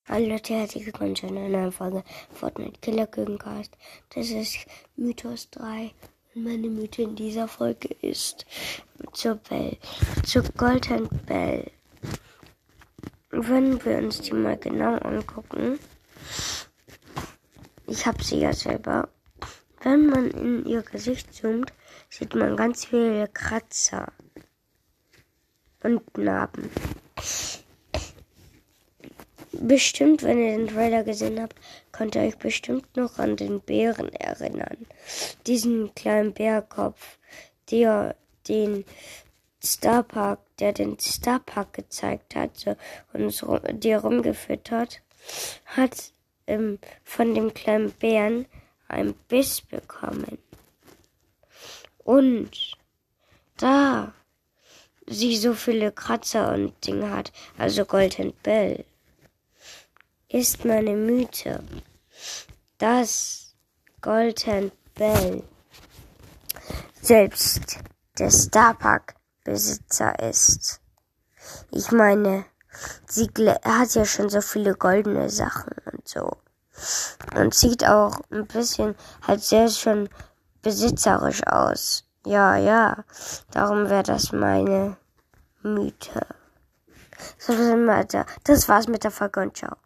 Hallo Leute, herzlich willkommen zu einer neuen Folge Fortnite Killer Cast. Das ist Mythos 3 und meine Mythe in dieser Folge ist zur Golden Bell. Wenn wir uns die mal genau angucken, ich habe sie ja selber, wenn man in ihr Gesicht zoomt, sieht man ganz viele Kratzer und Narben. Bestimmt, wenn ihr den Trailer gesehen habt, könnt ihr euch bestimmt noch an den Bären erinnern. Diesen kleinen Bärkopf, der den Starpark gezeigt hat und die rumgeführt hat von dem kleinen Bären einen Biss bekommen. Und da sie so viele Kratzer und Dinge hat, also Golden Bell, ist meine Mythe, dass Golden Bell selbst der Starpark-Besitzer ist. Ich meine, sie hat ja schon so viele goldene Sachen und so. Und sieht auch ein bisschen halt sehr schon besitzerisch aus. Ja, darum wäre das meine Mythe. Das war's mit der Folge und ciao.